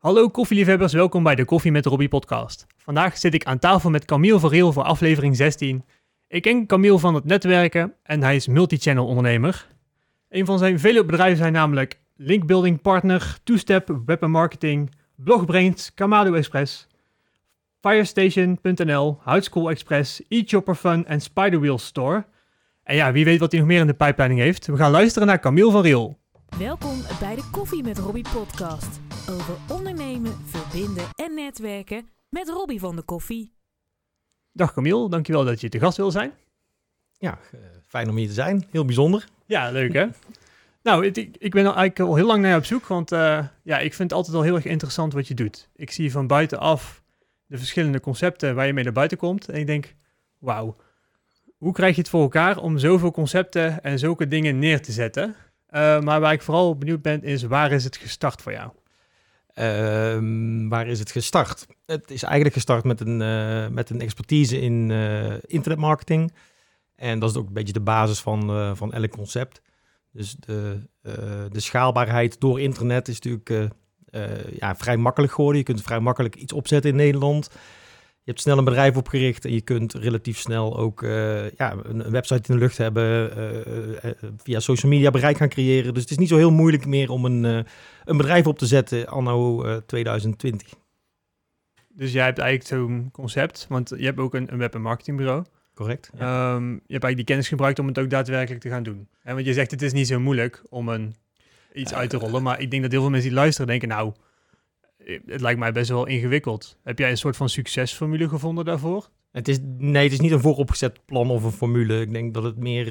Hallo koffieliefhebbers, welkom bij de Koffie met Robbie podcast. Vandaag zit ik aan tafel met Camille van Riel voor aflevering 16. Ik ken Camille van het netwerken en hij is multichannel ondernemer. Een van zijn vele bedrijven zijn namelijk Linkbuilding Partner, TwoStep Web & Marketing, Blogbrains, Kamado Express, Firestation.nl, Houtschool Express, eChopper Fun en Spiderwheel Store. En ja, wie weet wat hij nog meer in de pijpleiding heeft. We gaan luisteren naar Camille van Riel. Welkom bij de Koffie met Robbie podcast. Over ondernemen, verbinden en netwerken met Robbie van de Koffie. Dag Camille, dankjewel dat je te gast wil zijn. Ja, fijn om hier te zijn. Heel bijzonder. Ja, leuk hè? Nou, ik ben eigenlijk al heel lang naar je op zoek, want ik vind het altijd al heel erg interessant wat je doet. Ik zie van buitenaf de verschillende concepten waar je mee naar buiten komt en ik denk, wauw, hoe krijg je het voor elkaar om zoveel concepten en zulke dingen neer te zetten? Maar waar ik vooral benieuwd ben is, waar is het gestart voor jou? Waar is het gestart? Het is eigenlijk gestart met een expertise in internetmarketing. En dat is ook een beetje de basis van elk concept. Dus de schaalbaarheid door internet is natuurlijk vrij makkelijk geworden. Je kunt vrij makkelijk iets opzetten in Nederland. Je hebt snel een bedrijf opgericht en je kunt relatief snel ook een website in de lucht hebben, via social media bereik gaan creëren. Dus het is niet zo heel moeilijk meer om een bedrijf op te zetten anno 2020. Dus jij hebt eigenlijk zo'n concept, want je hebt ook een web- en marketingbureau. Correct. Ja. Je hebt eigenlijk die kennis gebruikt om het ook daadwerkelijk te gaan doen. En want je zegt het is niet zo moeilijk om iets uit te rollen, maar ik denk dat heel veel mensen die luisteren denken, nou, het lijkt mij best wel ingewikkeld. Heb jij een soort van succesformule gevonden daarvoor? Het is niet een vooropgezet plan of een formule. Ik denk dat het meer,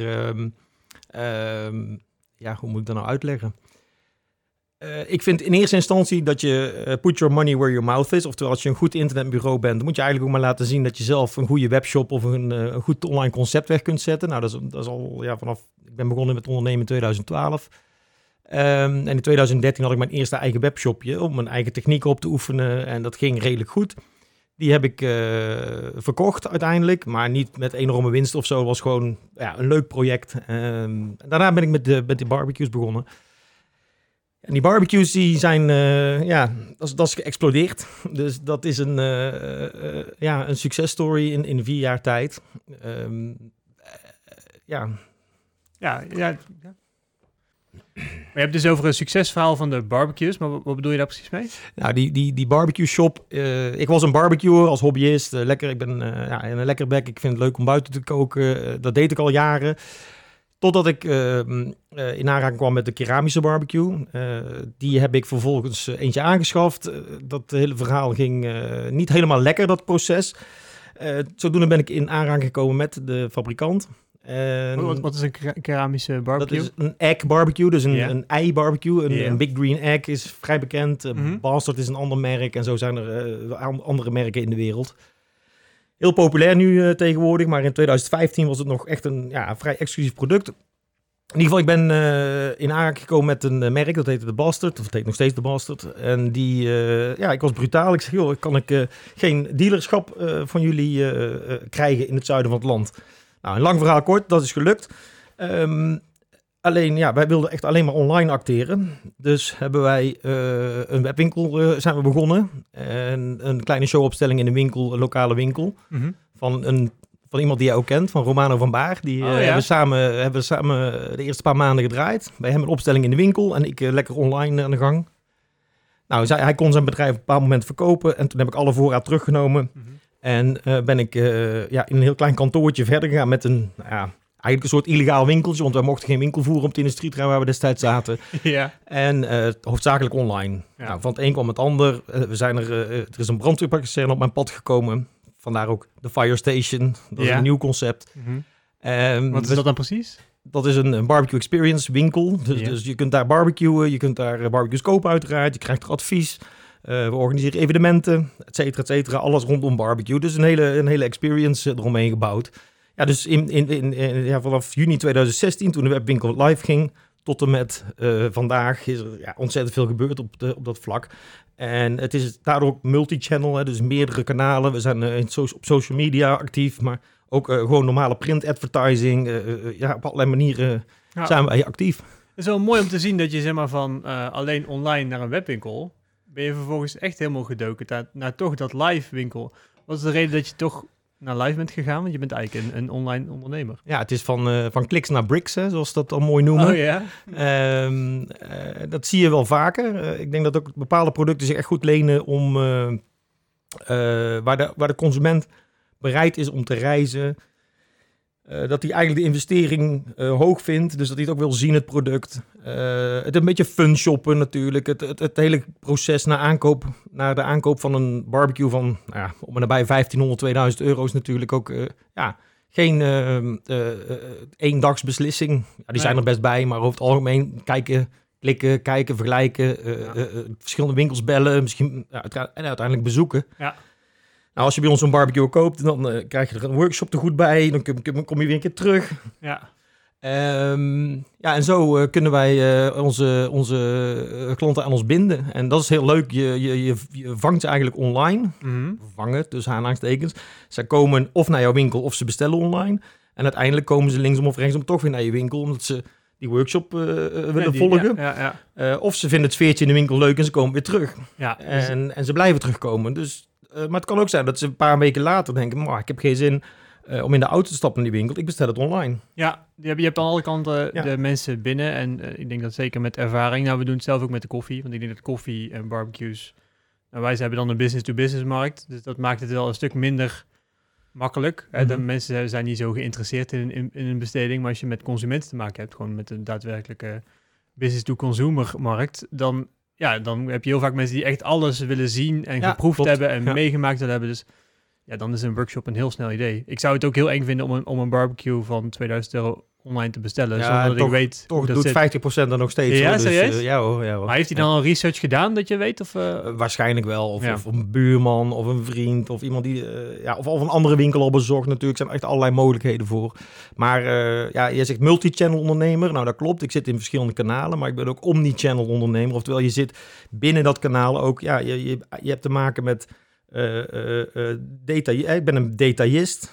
hoe moet ik dat nou uitleggen? Ik vind in eerste instantie dat je put your money where your mouth is. Oftewel, als je een goed internetbureau bent, dan moet je eigenlijk ook maar laten zien dat je zelf een goede webshop of een goed online concept weg kunt zetten. Nou, dat is al vanaf, ik ben begonnen met ondernemen in 2012. En in 2013 had ik mijn eerste eigen webshopje om mijn eigen technieken op te oefenen. En dat ging redelijk goed. Die heb ik verkocht uiteindelijk, maar niet met enorme winst of zo. Het was gewoon een leuk project. Daarna ben ik met de barbecues begonnen. En die barbecues die zijn, dat is geëxplodeerd. Dus dat is een successtory in 4 jaar tijd. Maar je hebt dus over een succesverhaal van de barbecues, maar wat bedoel je daar precies mee? Nou, die barbecue shop, ik was een barbecuer als hobbyist. Ik ben een lekkerbek, ik vind het leuk om buiten te koken. Dat deed ik al jaren. Totdat ik in aanraking kwam met de keramische barbecue. Die heb ik vervolgens eentje aangeschaft. Dat hele verhaal ging niet helemaal lekker, dat proces. Zodoende ben ik in aanraking gekomen met de fabrikant. Wat is een keramische barbecue? Dat is een egg barbecue, dus een ei barbecue. Yeah. Een Big Green Egg is vrij bekend. Bastard is een ander merk en zo zijn er andere merken in de wereld. Heel populair nu tegenwoordig, maar in 2015 was het nog echt een vrij exclusief product. In ieder geval, ik ben in aanraking gekomen met een merk, dat heette de Bastard, of het heet nog steeds de Bastard. En ik was brutaal. Ik zeg, joh, kan ik geen dealerschap van jullie krijgen in het zuiden van het land? Nou, een lang verhaal kort, dat is gelukt. Alleen, wij wilden echt alleen maar online acteren. Dus hebben wij een webwinkel zijn we begonnen. En een kleine showopstelling in een winkel, een lokale winkel. Mm-hmm. Van iemand die jij ook kent, van Romano van Baar. Die hebben we samen de eerste paar maanden gedraaid. Bij hem een opstelling in de winkel en ik lekker online aan de gang. Nou, hij kon zijn bedrijf op een bepaald moment verkopen. En toen heb ik alle voorraad teruggenomen. Mm-hmm. En ben ik in een heel klein kantoortje verder gegaan met eigenlijk een soort illegaal winkeltje, want wij mochten geen winkel voeren op de industrieterrein waar we destijds zaten. Ja. En hoofdzakelijk online. Ja. Nou, van het een kwam het ander. Er is een brandweerkazerne op mijn pad gekomen. Vandaar ook de Firestation. Dat is een nieuw concept. Mm-hmm. Wat is dat dan precies? Dat is een barbecue experience winkel. Dus je kunt daar barbecuen, je kunt daar barbecues kopen uiteraard. Je krijgt er advies. We organiseren evenementen, et cetera, alles rondom barbecue. Dus een hele experience eromheen gebouwd. Ja, dus vanaf juni 2016, toen de webwinkel live ging, tot en met vandaag is er ontzettend veel gebeurd op dat vlak. En het is daardoor ook multichannel, dus meerdere kanalen. We zijn op social media actief, maar ook gewoon normale print advertising. Op allerlei manieren zijn wij actief. Het is wel mooi om te zien dat je zeg maar van alleen online naar een webwinkel ben je vervolgens echt helemaal gedoken naar toch dat live winkel. Wat is de reden dat je toch naar live bent gegaan? Want je bent eigenlijk een online ondernemer. Ja, het is van kliks naar bricks, hè, zoals ze dat al mooi noemen. Oh ja? Dat zie je wel vaker. Ik denk dat ook bepaalde producten zich echt goed lenen om waar de consument bereid is om te reizen. Dat hij eigenlijk de investering hoog vindt. Dus dat hij het ook wil zien, het product. Het een beetje fun shoppen natuurlijk. Het hele proces naar de aankoop van een barbecue van om en nabij 1500, 2000 euro is natuurlijk ook geen eendagsbeslissing. Ja, die zijn er best bij, maar over het algemeen klikken, kijken, vergelijken. Verschillende winkels bellen, misschien en uiteindelijk bezoeken. Ja. Nou, als je bij ons een barbecue koopt, dan krijg je er een workshop te goed bij. Dan kom je weer een keer terug. Ja. En zo kunnen wij onze klanten aan ons binden. En dat is heel leuk. Je vangt ze eigenlijk online. Mm-hmm. Vangen, tussen aanhalingstekens. Zij komen of naar jouw winkel of ze bestellen online. En uiteindelijk komen ze linksom of rechtsom toch weer naar je winkel. Omdat ze die workshop willen volgen. Of ze vinden het sfeertje in de winkel leuk en ze komen weer terug. Ja, en ze blijven terugkomen. Dus... maar het kan ook zijn dat ze een paar weken later denken... maar ik heb geen zin om in de auto te stappen naar die winkel. Ik bestel het online. Ja, je hebt aan alle kanten de mensen binnen. En ik denk dat zeker met ervaring... Nou, we doen het zelf ook met de koffie. Want ik denk dat koffie en barbecues... Nou, wij hebben dan een business-to-business markt. Dus dat maakt het wel een stuk minder makkelijk. Mm-hmm. De mensen zijn niet zo geïnteresseerd in een besteding. Maar als je met consumenten te maken hebt... gewoon met een daadwerkelijke business-to-consumer markt... dan heb je heel vaak mensen die echt alles willen zien en geproefd hebben en meegemaakt willen hebben. Dus ja, dan is een workshop een heel snel idee. Ik zou het ook heel eng vinden om een barbecue van €2000 online te bestellen. Zonder dat ik weet toch doet 50% dan nog steeds. Ja, serieus? Dus, hoor. Maar heeft hij dan al research gedaan dat je weet? Of, waarschijnlijk wel. Of een buurman of een vriend of iemand die... of een andere winkel al bezocht natuurlijk. Er zijn echt allerlei mogelijkheden voor. Maar je zegt multi-channel ondernemer. Nou, dat klopt. Ik zit in verschillende kanalen. Maar ik ben ook omni-channel ondernemer. Oftewel, je zit binnen dat kanaal ook... Ja, je hebt te maken met... ik ben een detailist.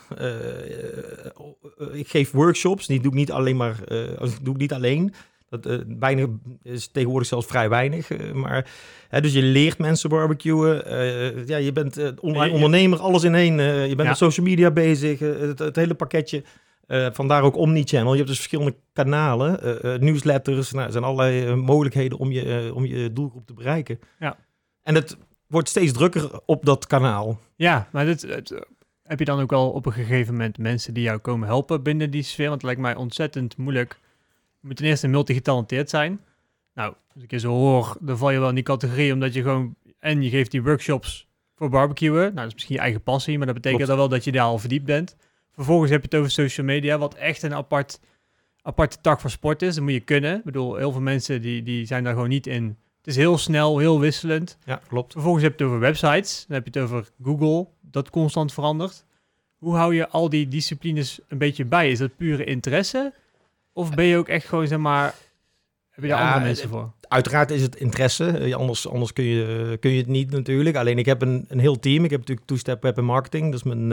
Ik geef workshops. Die doe ik niet alleen maar. Doe ik niet alleen. Dat weinig is tegenwoordig zelfs vrij weinig. Dus je leert mensen barbecuen. Je bent online ondernemer, alles in één. Je bent met social media bezig. Het hele pakketje. Vandaar ook omnichannel. Je hebt dus verschillende kanalen, nieuwsletters. Er zijn allerlei mogelijkheden om je doelgroep te bereiken. Ja. En het wordt steeds drukker op dat kanaal. Ja, maar heb je dan ook al op een gegeven moment mensen die jou komen helpen binnen die sfeer? Want het lijkt mij ontzettend moeilijk. Je moet ten eerste multigetalenteerd zijn. Nou, als ik je zo hoor, dan val je wel in die categorie, omdat je gewoon... En je geeft die workshops voor barbecuen. Nou, dat is misschien je eigen passie, maar dat betekent dan wel dat je daar al verdiept bent. Vervolgens heb je het over social media, wat echt een aparte tak van sport is. Dat moet je kunnen. Ik bedoel, heel veel mensen die zijn daar gewoon niet in... Het is heel snel, heel wisselend. Ja, klopt. Vervolgens heb je het over websites. Dan heb je het over Google, dat constant verandert. Hoe hou je al die disciplines een beetje bij? Is dat pure interesse? Of ben je ook echt gewoon, zeg maar... Heb je daar andere mensen voor? Uiteraard is het interesse. Anders kun je het niet natuurlijk. Alleen ik heb een heel team. Ik heb natuurlijk Two-Step Web en Marketing. Dat is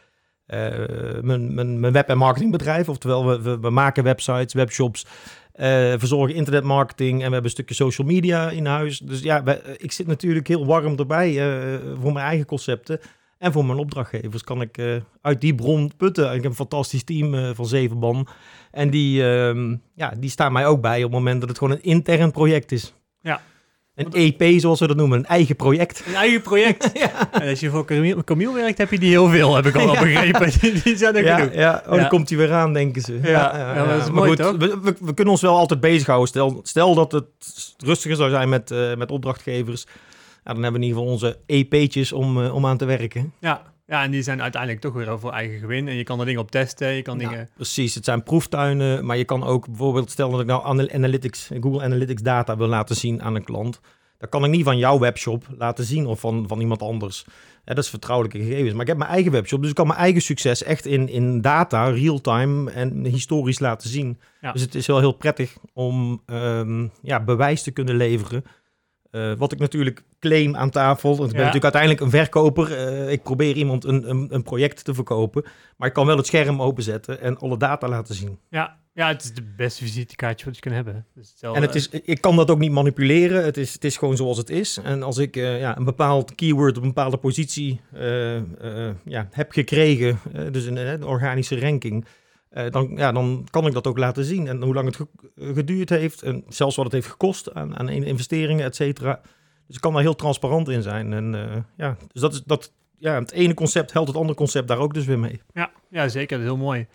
mijn web- en marketingbedrijf. Oftewel, we maken websites, webshops... verzorgen internetmarketing en we hebben een stukje social media in huis. Dus ik zit natuurlijk heel warm erbij voor mijn eigen concepten en voor mijn opdrachtgevers kan ik uit die bron putten. Ik heb een fantastisch team van 7 man en die staan mij ook bij op het moment dat het gewoon een intern project is. Ja. Een EP, zoals we dat noemen, een eigen project. Een eigen project? Ja. En als je voor Camille werkt, heb je die heel veel, heb ik al begrepen. Die zijn er genoeg. Ja. Dan komt hij weer aan, denken ze. Ja, dat is mooi, goed, toch? We kunnen ons wel altijd bezighouden. Stel dat het rustiger zou zijn met opdrachtgevers. Dan hebben we in ieder geval onze EP'tjes om aan te werken. Ja, en die zijn uiteindelijk toch weer voor eigen gewin. En je kan er dingen op testen, je kan dingen... Precies, het zijn proeftuinen, maar je kan ook bijvoorbeeld... Stel dat ik nou Google Analytics data wil laten zien aan een klant. Dan kan ik niet van jouw webshop laten zien of van iemand anders. Dat is vertrouwelijke gegevens. Maar ik heb mijn eigen webshop, dus ik kan mijn eigen succes echt in data, real-time en historisch laten zien. Ja. Dus het is wel heel prettig om bewijs te kunnen leveren. Wat ik natuurlijk claim aan tafel. Want ik ben natuurlijk uiteindelijk een verkoper. Ik probeer iemand een project te verkopen. Maar ik kan wel het scherm openzetten en alle data laten zien. Ja, Ja, het is de beste visitekaartje wat je kan hebben. Dus Ik kan dat ook niet manipuleren. Het is gewoon zoals het is. En als ik een bepaald keyword op een bepaalde positie heb gekregen, dus een organische ranking, dan kan ik dat ook laten zien. En hoe lang het geduurd heeft en zelfs wat het heeft gekost aan investeringen, et cetera. Dus ik kan daar heel transparant in zijn. En dus het ene concept helpt het andere concept daar ook dus weer mee. Ja, zeker. Dat is heel mooi.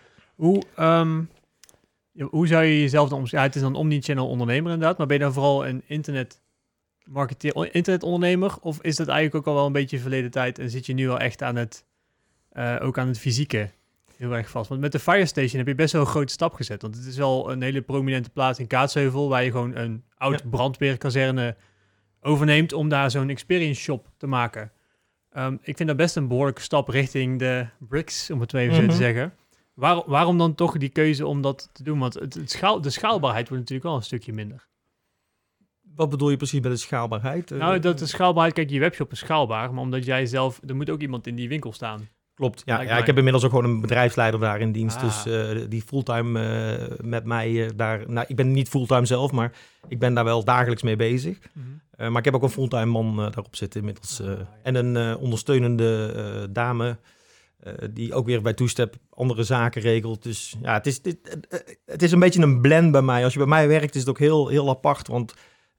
Hoe zou je jezelf dan omschrijven? Ja, het is dan een omnichannel ondernemer inderdaad, maar ben je dan vooral een internetondernemer? Of is dat eigenlijk ook al wel een beetje verleden tijd en zit je nu wel echt aan het fysieke heel erg vast? Want met de Firestation heb je best wel een grote stap gezet, want het is wel een hele prominente plaats in Kaatsheuvel, waar je gewoon een oud brandweerkazerne overneemt om daar zo'n experience shop te maken. Ik vind dat best een behoorlijke stap richting de bricks, om het even zo te zeggen. Waarom dan toch die keuze om dat te doen? Want de schaalbaarheid wordt natuurlijk wel een stukje minder. Wat bedoel je precies met de schaalbaarheid? Dat de schaalbaarheid, kijk, je webshop is schaalbaar, maar omdat jij zelf, er moet ook iemand in die winkel staan. Klopt, ja, ik heb inmiddels ook gewoon een bedrijfsleider daar in dienst, dus die fulltime met mij daar... Nou, ik ben niet fulltime zelf, maar ik ben daar wel dagelijks mee bezig. Mm-hmm. Maar ik heb ook een fulltime man daarop zitten inmiddels. En een ondersteunende dame die ook weer bij Toestep andere zaken regelt. Dus ja, het is een beetje een blend bij mij. Als je bij mij werkt is het ook heel, heel apart, want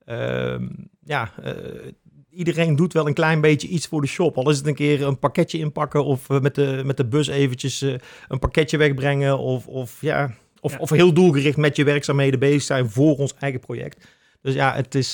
iedereen doet wel een klein beetje iets voor de shop. Al is het een keer een pakketje inpakken of met de bus eventjes een pakketje wegbrengen of heel doelgericht met je werkzaamheden bezig zijn voor ons eigen project. Dus ja, het is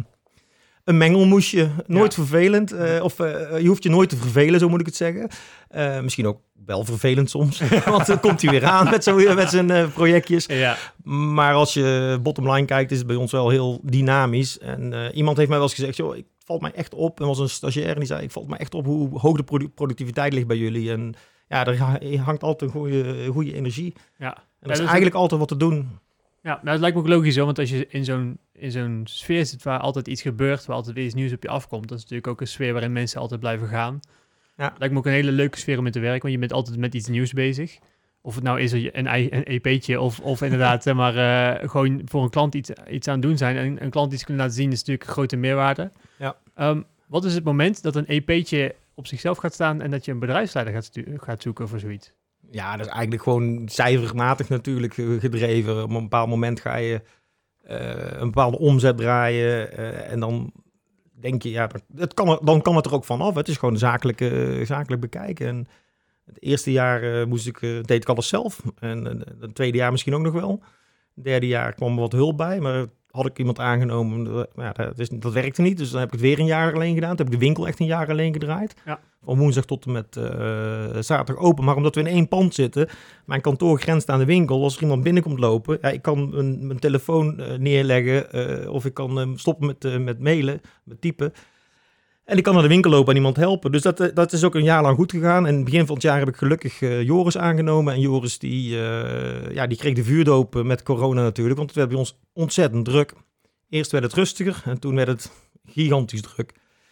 een mengelmoesje. Nooit vervelend. Je hoeft je nooit te vervelen, zo moet ik het zeggen. Misschien ook wel vervelend soms. Want dan komt hij weer aan met zijn projectjes. Ja. Maar als je bottom line kijkt, is het bij ons wel heel dynamisch. En iemand heeft mij wel eens gezegd, joh, ik valt mij echt op. En was een stagiair en die zei, ik valt mij echt op hoe hoog de productiviteit ligt bij jullie. En ja, er hangt altijd een goede energie. Ja. En er is eigenlijk altijd wat te doen. Ja, nou, dat lijkt me ook logisch hoor, want als je in zo'n sfeer zit waar altijd iets gebeurt, waar altijd weer iets nieuws op je afkomt, dat is natuurlijk ook een sfeer waarin mensen altijd blijven gaan. Ja. Lijkt me ook een hele leuke sfeer om in te werken, want je bent altijd met iets nieuws bezig. Of het nou is een EP'tje of inderdaad gewoon voor een klant iets aan het doen zijn en een klant iets kunnen laten zien is natuurlijk een grote meerwaarde. Ja. Wat is het moment dat een EP'tje op zichzelf gaat staan en dat je een bedrijfsleider gaat zoeken voor zoiets? Ja, dat is eigenlijk gewoon cijfermatig natuurlijk gedreven. Op een bepaald moment ga je een bepaalde omzet draaien en dan denk je, ja, dan kan het er ook vanaf. Het is gewoon zakelijk bekijken. En het eerste jaar deed ik alles zelf. En het tweede jaar misschien ook nog wel. Het derde jaar kwam er wat hulp bij, maar had ik iemand aangenomen, dat werkte niet. Dus dan heb ik het weer een jaar alleen gedaan. Toen heb ik de winkel echt een jaar alleen gedraaid. Ja. Van woensdag tot en met zaterdag open. Maar omdat we in één pand zitten, mijn kantoor grenst aan de winkel. Als er iemand binnenkomt lopen, ik kan mijn telefoon neerleggen of ik kan stoppen met mailen, met typen. En ik kan naar de winkel lopen en iemand helpen. Dus dat is ook een jaar lang goed gegaan. En begin van het jaar heb ik gelukkig Joris aangenomen. En Joris die kreeg de vuurdoop met corona natuurlijk. Want het werd bij ons ontzettend druk. Eerst werd het rustiger en toen werd het gigantisch druk.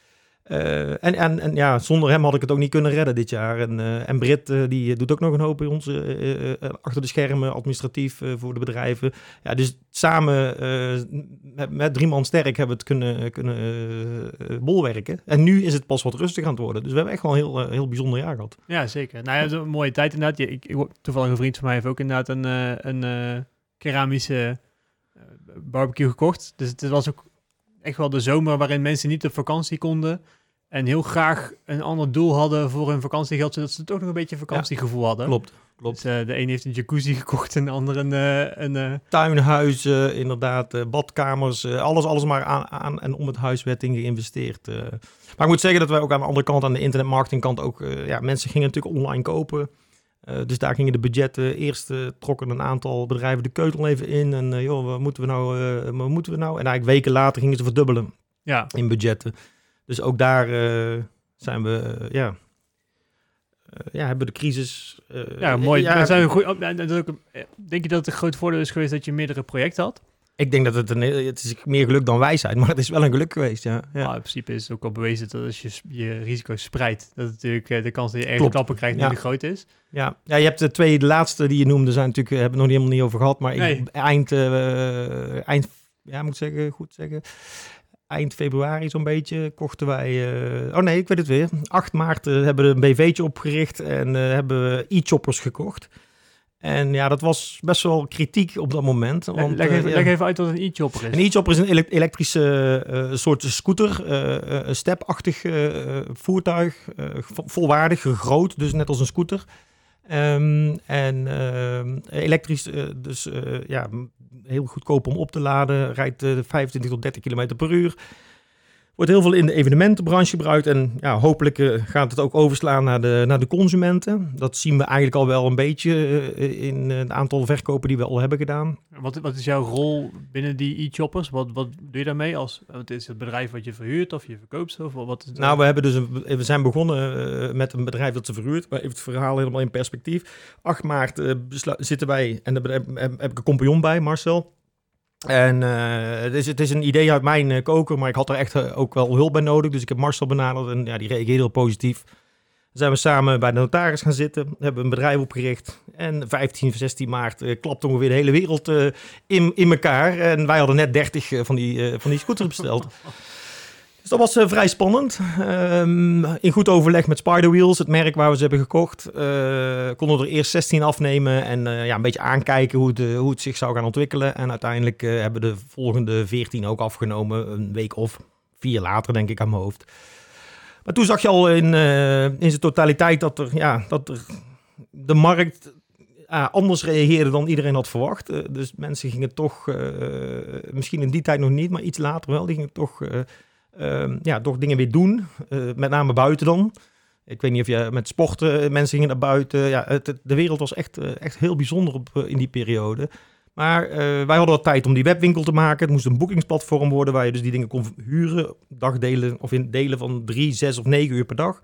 Zonder hem had ik het ook niet kunnen redden dit jaar. En Britt, die doet ook nog een hoop bij ons achter de schermen, administratief voor de bedrijven. Ja, dus samen met 3 man sterk hebben we het kunnen bolwerken. En nu is het pas wat rustig aan het worden. Dus we hebben echt wel een heel bijzonder jaar gehad. Ja, zeker. Nou ja, dat is een mooie tijd inderdaad. Toevallig een vriend van mij heeft ook inderdaad een keramische barbecue gekocht. Dus het was ook echt wel de zomer waarin mensen niet op vakantie konden en heel graag een ander doel hadden voor hun vakantiegeld, zodat ze toch nog een beetje vakantiegevoel hadden. Klopt. Dus de een heeft een jacuzzi gekocht en de ander een tuinhuizen, inderdaad, badkamers, alles maar aan en om het huis werd in geïnvesteerd. Maar ik moet zeggen dat wij ook aan de andere kant, aan de internetmarketingkant ook, mensen gingen natuurlijk online kopen. Dus daar gingen de budgetten. Eerst trokken een aantal bedrijven de keutel even in. En wat moeten we nou? En eigenlijk weken later gingen ze verdubbelen in budgetten. Dus ook daar zijn we, hebben we de crisis. Mooi. Zijn we goed. Denk je dat het een groot voordeel is geweest dat je meerdere projecten had? Ik denk dat het is meer geluk dan wijsheid, maar het is wel een geluk geweest, ja. Nou, in principe is het ook al bewezen dat als je risico's spreidt, dat natuurlijk de kans dat je ergens Klopt. klappen krijgt niet groot is. Ja, je hebt de laatste die je noemde, zijn natuurlijk, hebben we nog helemaal niet over gehad, maar eind februari zo'n beetje kochten wij... ik weet het weer. 8 maart hebben we een BV'tje opgericht en hebben we e-choppers gekocht. En ja, dat was best wel kritiek op dat moment. Want, leg even uit wat een e-chopper is. Een e-chopper is een elektrische soort scooter, een step-achtig voertuig, volwaardig, groot, dus net als een scooter. Elektrisch, heel goedkoop om op te laden, rijdt 25 tot 30 km per uur. Wordt heel veel in de evenementenbranche gebruikt en ja, hopelijk gaat het ook overslaan naar de consumenten. Dat zien we eigenlijk al wel een beetje in het aantal verkopen die we al hebben gedaan. Wat is jouw rol binnen die e-choppers? Wat doe je daarmee? Het is het bedrijf wat je verhuurt of je verkoopt ze? Of wat is het? Nou, we zijn begonnen met een bedrijf dat ze verhuurt. Maar even het verhaal helemaal in perspectief. 8 maart zitten wij en daar heb ik een compagnon bij, Marcel. En het is een idee uit mijn koker, maar ik had er echt ook wel hulp bij nodig. Dus ik heb Marcel benaderd en ja, die reageerde heel positief. Dan zijn we samen bij de notaris gaan zitten, hebben een bedrijf opgericht. En 15, 16 maart klapte ongeveer de hele wereld in elkaar. En wij hadden net 30 van die scooters besteld. Dus dat was vrij spannend. In goed overleg met Spiderwheels, het merk waar we ze hebben gekocht, konden we er eerst 16 afnemen en een beetje aankijken hoe het zich zou gaan ontwikkelen. En uiteindelijk hebben de volgende 14 ook afgenomen, een week of 4 later denk ik aan mijn hoofd. Maar toen zag je al in zijn totaliteit dat de markt anders reageerde dan iedereen had verwacht. Dus mensen gingen toch, misschien in die tijd nog niet, maar iets later wel, die gingen toch... toch dingen weer doen. Met name buiten dan. Ik weet niet of je met sporten, mensen gingen naar buiten. Ja, de wereld was echt heel bijzonder in die periode. Maar wij hadden wat tijd om die webwinkel te maken. Het moest een boekingsplatform worden waar je dus die dingen kon huren. Dagdelen of in delen van 3, 6 of 9 uur per dag.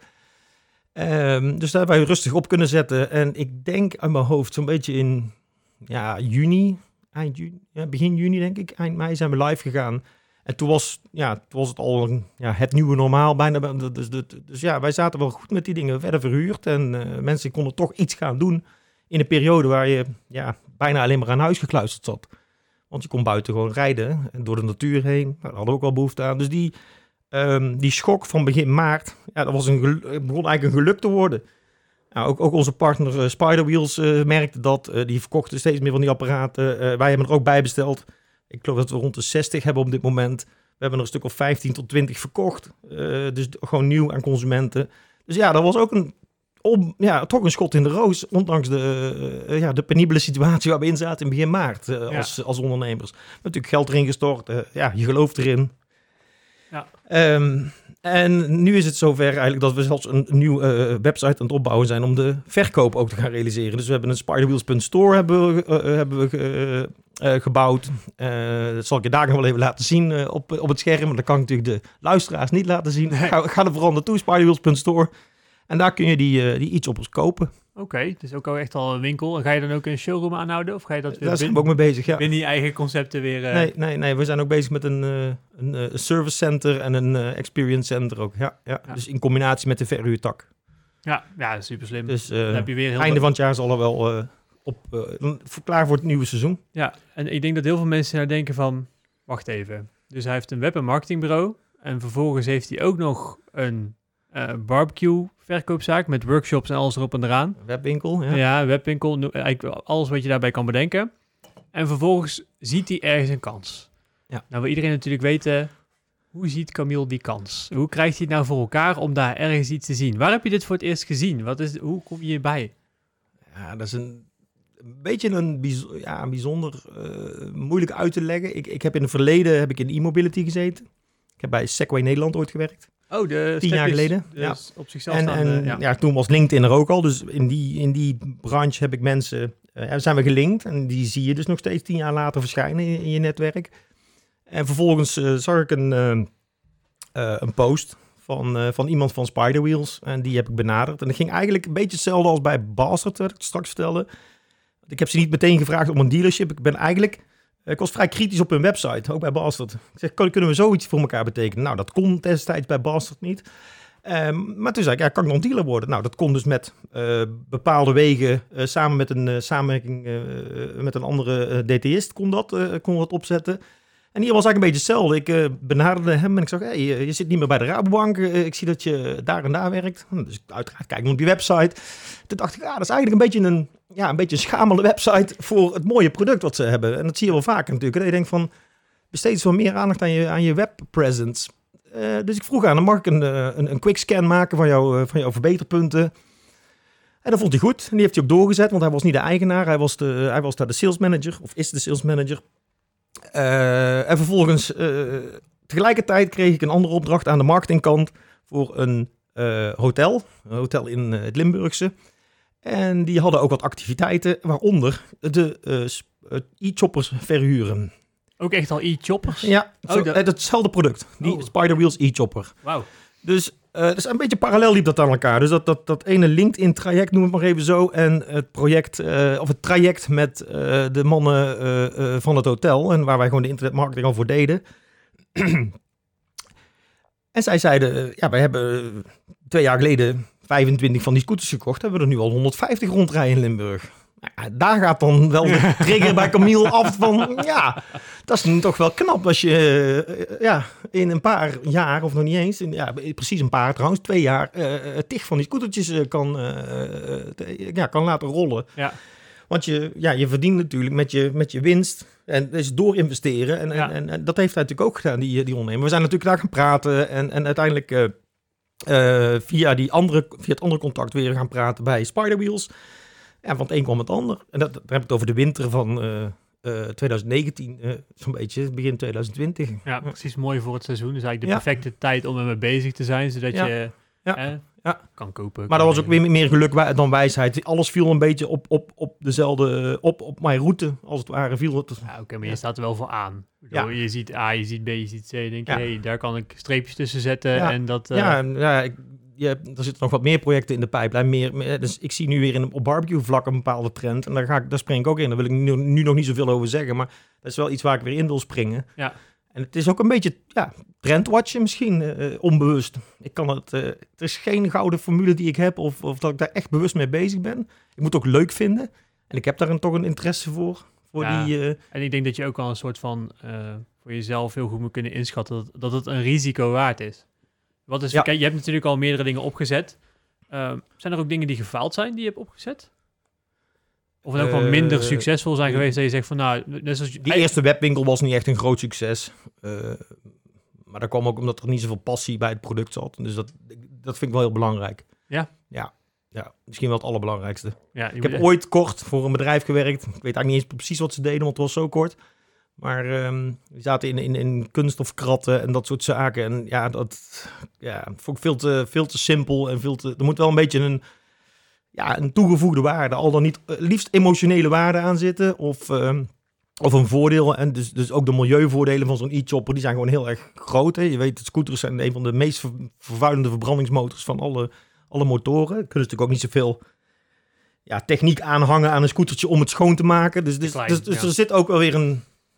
Dus daar hebben wij rustig op kunnen zetten. En ik denk uit mijn hoofd zo'n beetje in juni, begin juni denk ik. Eind mei zijn we live gegaan. En toen was het al het nieuwe normaal bijna. Dus ja, wij zaten wel goed met die dingen verder verhuurd. En mensen konden toch iets gaan doen in een periode waar je bijna alleen maar aan huis gekluisterd zat. Want je kon buiten gewoon rijden en door de natuur heen. Nou, daar hadden we ook wel behoefte aan. Dus die schok van begin maart, dat begon eigenlijk een geluk te worden. Nou, ook onze partner Spiderwheels merkte dat. Die verkochten steeds meer van die apparaten. Wij hebben er ook bij besteld. Ik geloof dat we rond de 60 hebben op dit moment. We hebben er een stuk of 15 tot 20 verkocht. Dus gewoon nieuw aan consumenten. Dus ja, dat was ook toch een schot in de roos. Ondanks de penibele situatie waar we in zaten in begin maart als ondernemers. We hebben natuurlijk geld erin gestort. Je gelooft erin. Ja. En nu is het zover eigenlijk dat we zelfs een nieuwe website aan het opbouwen zijn om de verkoop ook te gaan realiseren. Dus we hebben een spiderwheels.store hebben we gebouwd. Dat zal ik je daar nog wel even laten zien op het scherm. Maar dat kan ik natuurlijk de luisteraars niet laten zien. Nee. Ga er vooral naartoe, spiderwheels.store. En daar kun je die e-choppers kopen. Oké, dus ook al echt al een winkel. En ga je dan ook een showroom aanhouden? Of ga je dat weer daar zijn we ook mee bezig, ja. Binnen je eigen concepten weer... Nee, we zijn ook bezig met een service center en een experience center ook. Ja. Dus in combinatie met de verhuurtak. Ja, super slim. Dus dan heb je weer einde van het jaar zal er wel klaar voor het nieuwe seizoen. Ja, en ik denk dat heel veel mensen nou denken van... Wacht even. Dus hij heeft een web- en marketingbureau. En vervolgens heeft hij ook nog een barbecue verkoopzaak met workshops en alles erop en eraan. Webwinkel, ja. Ja, webwinkel. Eigenlijk alles wat je daarbij kan bedenken. En vervolgens ziet hij ergens een kans. Ja. Nou wil iedereen natuurlijk weten... Hoe ziet Camille die kans? Hoe krijgt hij het nou voor elkaar om daar ergens iets te zien? Waar heb je dit voor het eerst gezien? Hoe kom je hierbij? Ja, dat is een beetje een bijzonder moeilijk uit te leggen. Ik heb in het verleden in e-mobility gezeten. Ik heb bij Segway Nederland ooit gewerkt. Oh, 10 jaar geleden. Dus op zichzelf staande. Toen was LinkedIn er ook al. Dus in die branche heb ik mensen... zijn we gelinkt. En die zie je dus nog steeds 10 jaar later verschijnen in je netwerk. En vervolgens zag ik een post van iemand van Spiderwheels. En die heb ik benaderd. En dat ging eigenlijk een beetje hetzelfde als bij Bastard, wat ik straks vertelde. Ik heb ze niet meteen gevraagd om een dealership. Ik ben eigenlijk Ik was vrij kritisch op hun website, ook bij Bastard. Ik zeg, kunnen we zoiets voor elkaar betekenen? Nou, dat kon destijds bij Bastard niet. Maar toen zei ik, kan ik dan dealer worden? Nou, dat kon dus met bepaalde wegen, samen met een samenwerking met een andere DTist kon dat opzetten. En hier was eigenlijk een beetje hetzelfde. Ik benaderde hem en ik zei, je zit niet meer bij de Rabobank. Ik zie dat je daar en daar werkt. Dus uiteraard kijk op die website. Toen dacht ik, dat is eigenlijk een beetje een schamele website voor het mooie product wat ze hebben. En dat zie je wel vaker natuurlijk. Dat je denkt van, besteed eens wat meer aandacht aan je webpresence. Dus ik vroeg aan hem, mag ik een quick scan maken van jouw verbeterpunten? En dat vond hij goed. En die heeft hij ook doorgezet, want hij was niet de eigenaar. Hij was daar de sales manager, of is de sales manager. En vervolgens, tegelijkertijd kreeg ik een andere opdracht aan de marketingkant voor een hotel in het Limburgse. En die hadden ook wat activiteiten, waaronder de e-choppers verhuren. Ook echt al e-choppers? Ja, hetzelfde product. Die Spiderwheels e-chopper. Wauw. Dus een beetje parallel liep dat aan elkaar. Dus dat ene LinkedIn-traject, noem het maar even zo. En het project, of het traject met de mannen van het hotel. En waar wij gewoon de internetmarketing al voor deden. En zij zeiden, wij hebben 2 jaar geleden 25 van die scooters gekocht. Hebben we er nu al 150 rondrijden in Limburg. Daar gaat dan wel de trigger bij Camille af van, dat is toch wel knap als je in een paar jaar, of nog niet eens, precies een paar trouwens, 2 jaar, tig van die scootertjes kan laten rollen. Ja. Want je verdient natuurlijk met je winst en dus door investeren. En dat heeft hij natuurlijk ook gedaan, die ondernemer. We zijn natuurlijk daar gaan praten en uiteindelijk via het andere contact weer gaan praten bij Spiderwheels. Ja, van het een kwam het ander. En daar heb ik het over de winter van 2019, zo'n beetje, begin 2020. Ja, precies, mooi voor het seizoen. Dus eigenlijk de perfecte tijd om ermee bezig te zijn, zodat je kan kopen. Maar dat was ook weer meer geluk dan wijsheid. Alles viel een beetje op dezelfde, op mijn route, als het ware. Viel het. Ja, oké, maar je staat er wel voor aan. Je ziet A, je ziet B, je ziet C. Je denkt, daar kan ik streepjes tussen zetten. Ja. En dat, er zitten nog wat meer projecten in de pijplijn. Dus ik zie nu weer op barbecue vlak een bepaalde trend. En daar spring ik ook in. Daar wil ik nu nog niet zoveel over zeggen. Maar dat is wel iets waar ik weer in wil springen. Ja. En het is ook een beetje trendwatchen misschien, onbewust. Het is geen gouden formule die ik heb of dat ik daar echt bewust mee bezig ben. Ik moet het ook leuk vinden. En ik heb daar toch een interesse voor. En ik denk dat je ook al een soort van voor jezelf heel goed moet kunnen inschatten dat het een risico waard is. Kijk, je hebt natuurlijk al meerdere dingen opgezet. Zijn er ook dingen die gefaald zijn die je hebt opgezet? Of ook wel minder succesvol zijn geweest dat je zegt van net zoals die eerste webwinkel was niet echt een groot succes. Maar dat kwam ook omdat er niet zoveel passie bij het product zat. Dus dat vind ik wel heel belangrijk. Ja, misschien wel het allerbelangrijkste. Ja, ik heb ooit kort voor een bedrijf gewerkt. Ik weet eigenlijk niet eens precies wat ze deden, want het was zo kort. Maar we zaten in kunststofkratten en dat soort zaken. En dat vond ik veel te simpel. En er moet wel een beetje een toegevoegde waarde, al dan niet liefst emotionele waarde aan zitten of een voordeel. En dus ook de milieuvoordelen van zo'n e-chopper, die zijn gewoon heel erg groot. Hè. Je weet, scooters zijn een van de meest vervuilende verbrandingsmotors van alle motoren. Er kunnen natuurlijk ook niet zoveel techniek aanhangen aan een scootertje om het schoon te maken. Dus er zit ook wel weer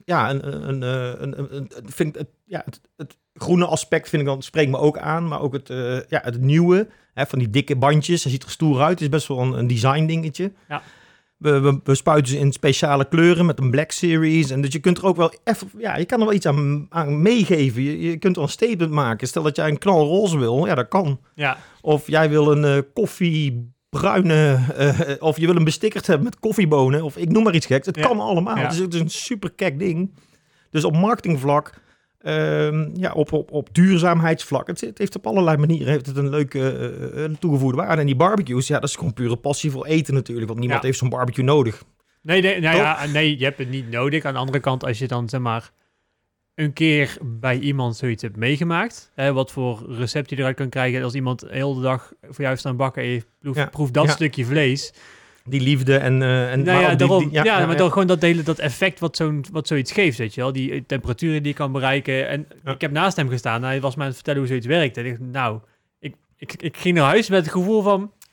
het groene aspect spreekt me ook aan, maar ook het nieuwe, van die dikke bandjes. Hij ziet er stoer uit, het is best wel een design dingetje. Ja. We spuiten ze in speciale kleuren met een Black Series. En dus je kunt er ook wel even, je kan er wel iets aan meegeven. Je kunt er een statement maken. Stel dat jij een knalroze wil, dat kan. Ja. Of jij wil een koffiebruine, of je wil een bestickerd hebben met koffiebonen, of ik noem maar iets geks. Het kan allemaal. Ja. Het is een super kek ding. Dus op marketingvlak, op duurzaamheidsvlak, het heeft op allerlei manieren heeft het een leuke toegevoegde waarde. En die barbecues, dat is gewoon pure passie voor eten natuurlijk, want niemand heeft zo'n barbecue nodig. Nee, je hebt het niet nodig. Aan de andere kant, als je dan zeg maar een keer bij iemand zoiets hebt meegemaakt, wat voor recept je eruit kan krijgen als iemand de hele dag voor jou staan bakken en je proeft dat stukje vlees. Die liefde en maar dan gewoon dat effect wat zoiets geeft, weet je wel. Die temperaturen die je kan bereiken. En ik heb naast hem gestaan. Hij was mij aan het vertellen hoe zoiets werkt. En ik ging naar huis met het gevoel van,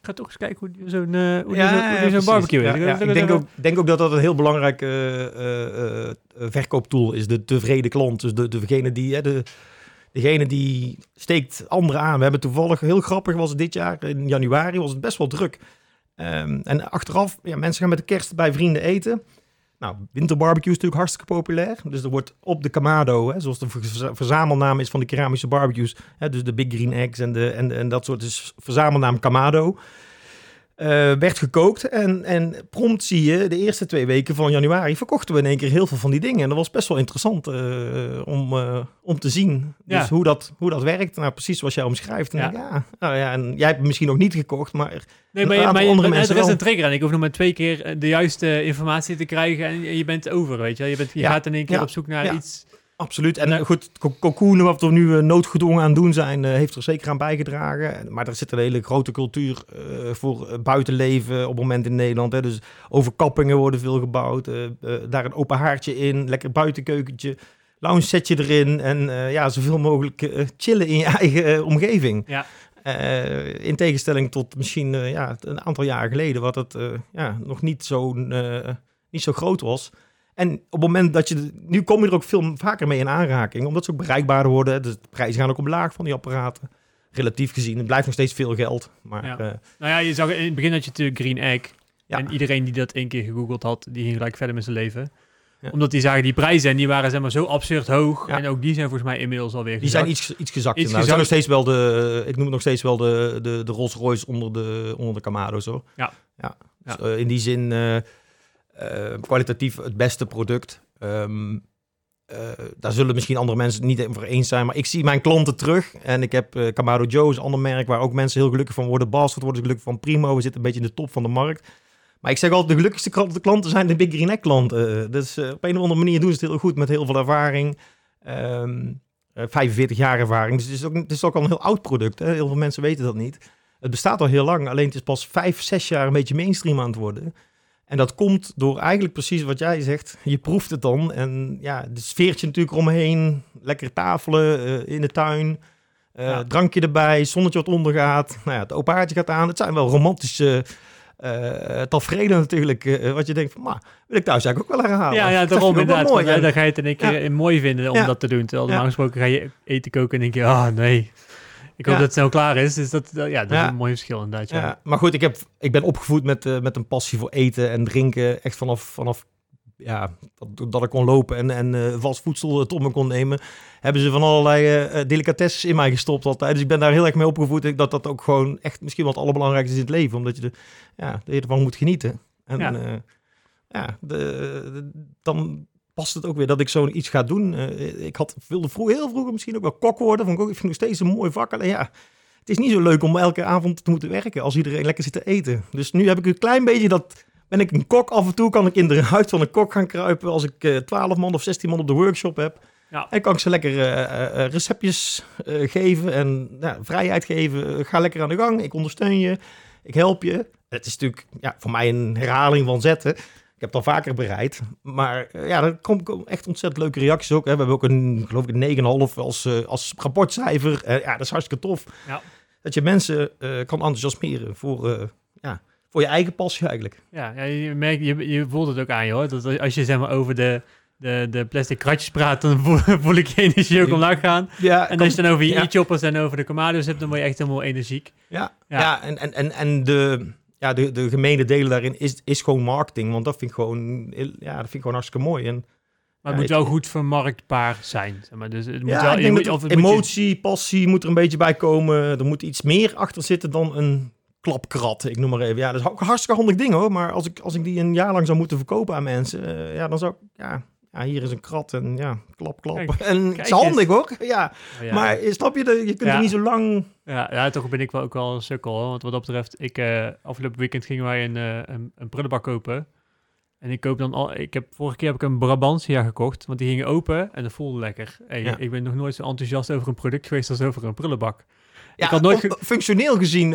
ga toch eens kijken hoe zo'n barbecue is. Ja. Ik denk ook dat dat een heel belangrijk verkooptool is. De tevreden klant. Dus degene die steekt anderen aan. We hebben toevallig, heel grappig was het dit jaar, in januari was het best wel druk. En achteraf, mensen gaan met de kerst bij vrienden eten. Nou, winterbarbecue is natuurlijk hartstikke populair. Dus er wordt op de Kamado, zoals de verzamelnaam is van de keramische barbecues. Dus de Big Green Eggs en dat soort, dus verzamelnaam Kamado. Werd gekookt en prompt zie je de eerste 2 weken van januari verkochten we in één keer heel veel van die dingen. En dat was best wel interessant om te zien. Dus hoe dat werkt, nou precies zoals jij omschrijft. En en jij hebt het misschien nog niet gekocht, maar andere mensen er is een trigger en ik hoef nog maar 2 keer de juiste informatie te krijgen en je bent over, weet je. Je gaat in één keer op zoek naar iets. Absoluut. En goed, cocoonen, wat we nu noodgedwongen aan doen zijn, heeft er zeker aan bijgedragen. Maar er zit een hele grote cultuur voor buitenleven op het moment in Nederland. Hè. Dus overkappingen worden veel gebouwd. Daar een open haartje in, lekker buitenkeukentje, lounge setje erin. En zoveel mogelijk chillen in je eigen omgeving. Ja. In tegenstelling tot misschien een aantal jaren geleden, wat het nog niet zo groot was. En op het moment dat nu kom je er ook veel vaker mee in aanraking, omdat ze ook bereikbaarder worden. Dus de prijzen gaan ook omlaag van die apparaten. Relatief gezien. Het blijft nog steeds veel geld. Maar, je zag in het begin dat je natuurlijk Green Egg. Ja. En iedereen die dat 1 keer gegoogeld had, die ging gelijk verder met zijn leven. Ja. Omdat die zagen die prijzen en die waren zeg maar zo absurd hoog. Ja. En ook die zijn volgens mij inmiddels alweer gezakt. Die zijn iets gezakt. Zijn nog steeds wel ik noem het nog steeds wel de Rolls Royce onder de Kamado's hoor. Ja. Dus, in die zin kwalitatief het beste product. Daar zullen misschien andere mensen het niet over eens zijn. Maar ik zie mijn klanten terug. En ik heb Kamado Joe, een ander merk waar ook mensen heel gelukkig van worden. Bastard worden gelukkig van. Primo, we zitten een beetje in de top van de markt. Maar ik zeg altijd, de gelukkigste klanten zijn de Big Green Egg klanten. Dus op een of andere manier doen ze het heel goed met heel veel ervaring. 45 jaar ervaring. Dus het is ook al een heel oud product. Hè? Heel veel mensen weten dat niet. Het bestaat al heel lang. Alleen het is pas 5-6 jaar een beetje mainstream aan het worden. En dat komt door eigenlijk precies wat jij zegt. Je proeft het dan. En de sfeertje natuurlijk omheen. Lekker tafelen in de tuin. Drankje erbij. Zonnetje wat ondergaat. Het open haartje gaat aan. Het zijn wel romantische tafereelen natuurlijk. Wat je denkt van, wil ik thuis eigenlijk ook wel herhalen. Ja, daarom inderdaad. Mooi, dan ga je het in één keer mooi vinden om dat te doen. Terwijl normaal gesproken ga je eten koken en denk je, nee. Ik hoop dat het snel klaar is. Dus dat is een mooi verschil inderdaad. Ja. Maar goed, ik ben opgevoed met een passie voor eten en drinken. Echt vanaf dat ik kon lopen en vast voedsel tot me kon nemen. Hebben ze van allerlei delicatesses in mij gestopt altijd. Dus ik ben daar heel erg mee opgevoed. Dat ook gewoon echt misschien wel het allerbelangrijkste is in het leven. Omdat je ervan moet genieten. En dan past het ook weer dat ik zoiets ga doen. Ik wilde heel vroeger misschien ook wel kok worden. Ik vind het nog steeds een mooi vak. Alleen het is niet zo leuk om elke avond te moeten werken als iedereen lekker zit te eten. Dus nu heb ik een klein beetje ben ik een kok. Af en toe kan ik in de huid van een kok gaan kruipen als ik 12 man of 16 man op de workshop heb. Ja. En kan ik ze lekker receptjes geven en vrijheid geven. Ga lekker aan de gang. Ik ondersteun je. Ik help je. Het is natuurlijk voor mij een herhaling van zetten. Ik heb het al vaker bereid. Maar er komen echt ontzettend leuke reacties ook. Hè. We hebben ook geloof ik een 9,5 als rapportcijfer. Dat is hartstikke tof. Ja. Dat je mensen kan enthousiasmeren voor je eigen passie eigenlijk. Ja, je merkt, je voelt het ook aan je hoor. Dat als je zeg maar over de plastic kratjes praat, dan voel ik je energie ook omlaag gaan. Ja, en als je dan over je e-choppers en over de Kamado's hebt, dan word je echt helemaal energiek. En de gemene delen daarin is gewoon marketing. Want dat vind ik gewoon, hartstikke mooi. Maar het moet wel goed vermarktbaar zijn. Zeg maar. Dus het moet emotie, passie moet er een beetje bij komen. Er moet iets meer achter zitten dan een klapkrat, ik noem maar even. Ja, dat is ook een hartstikke handig ding hoor. Maar als ik die een jaar lang zou moeten verkopen aan mensen, dan zou ik, hier is een krat en klap. Kijk, en het is handig hoor. Ja. Maar snap je, je kunt er niet zo lang... Ja, toch ben ik wel ook wel een sukkel hoor. Want wat dat betreft, afgelopen weekend gingen wij een prullenbak kopen. En vorige keer heb ik een Brabantia gekocht, want die ging open en dat voelde lekker. Ik ben nog nooit zo enthousiast over een product geweest als over een prullenbak. Ik had nooit functioneel gezien...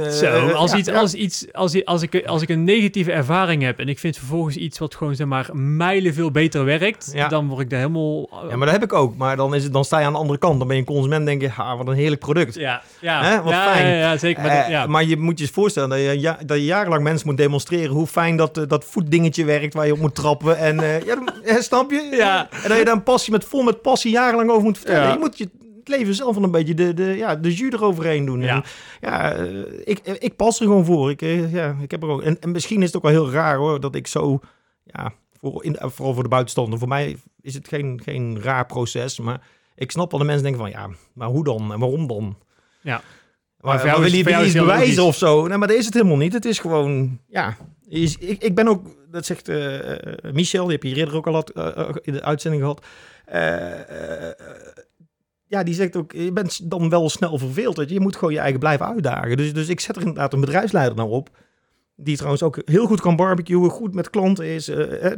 Als ik een negatieve ervaring heb en ik vind vervolgens iets wat gewoon, zeg maar, mijlenveel beter werkt, dan word ik daar helemaal... Ja, maar dat heb ik ook. Maar dan sta je aan de andere kant. Dan ben je een consument, denk je, wat een heerlijk product. Wat fijn. Ja, zeker. Maar je moet je eens voorstellen dat je jarenlang mensen moet demonstreren hoe fijn dat voetdingetje werkt waar je op moet trappen. En snap je? Ja. En dat je daar vol met passie jarenlang over moet vertellen. Ja. Je moet het leven zelf wel een beetje de jus eroverheen doen. Ja. En, ik pas er gewoon voor. Ik heb er ook. En misschien is het ook wel heel raar hoor, dat ik zo... vooral voor de buitenstander. Voor mij is het geen raar proces, maar ik snap wel de mensen denken van, maar hoe dan en waarom dan? Ja. Maar wil je iets bewijzen of zo? Nee, maar dat is het helemaal niet. Het is gewoon, ik ben ook, dat zegt Michel, die heb je eerder ook al in de uitzending gehad. Die zegt ook, je bent dan wel snel verveeld. Je moet gewoon je eigen blijven uitdagen. Dus ik zet er inderdaad een bedrijfsleider nou op. Die trouwens ook heel goed kan barbecuen, goed met klanten is.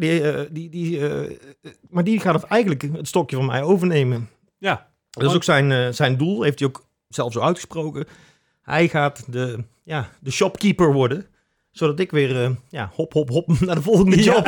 Maar die gaat eigenlijk het stokje van mij overnemen. Ja. Dat is ook zijn doel, heeft hij ook zelf zo uitgesproken. Hij gaat de shopkeeper worden. Zodat ik weer hop naar de volgende job.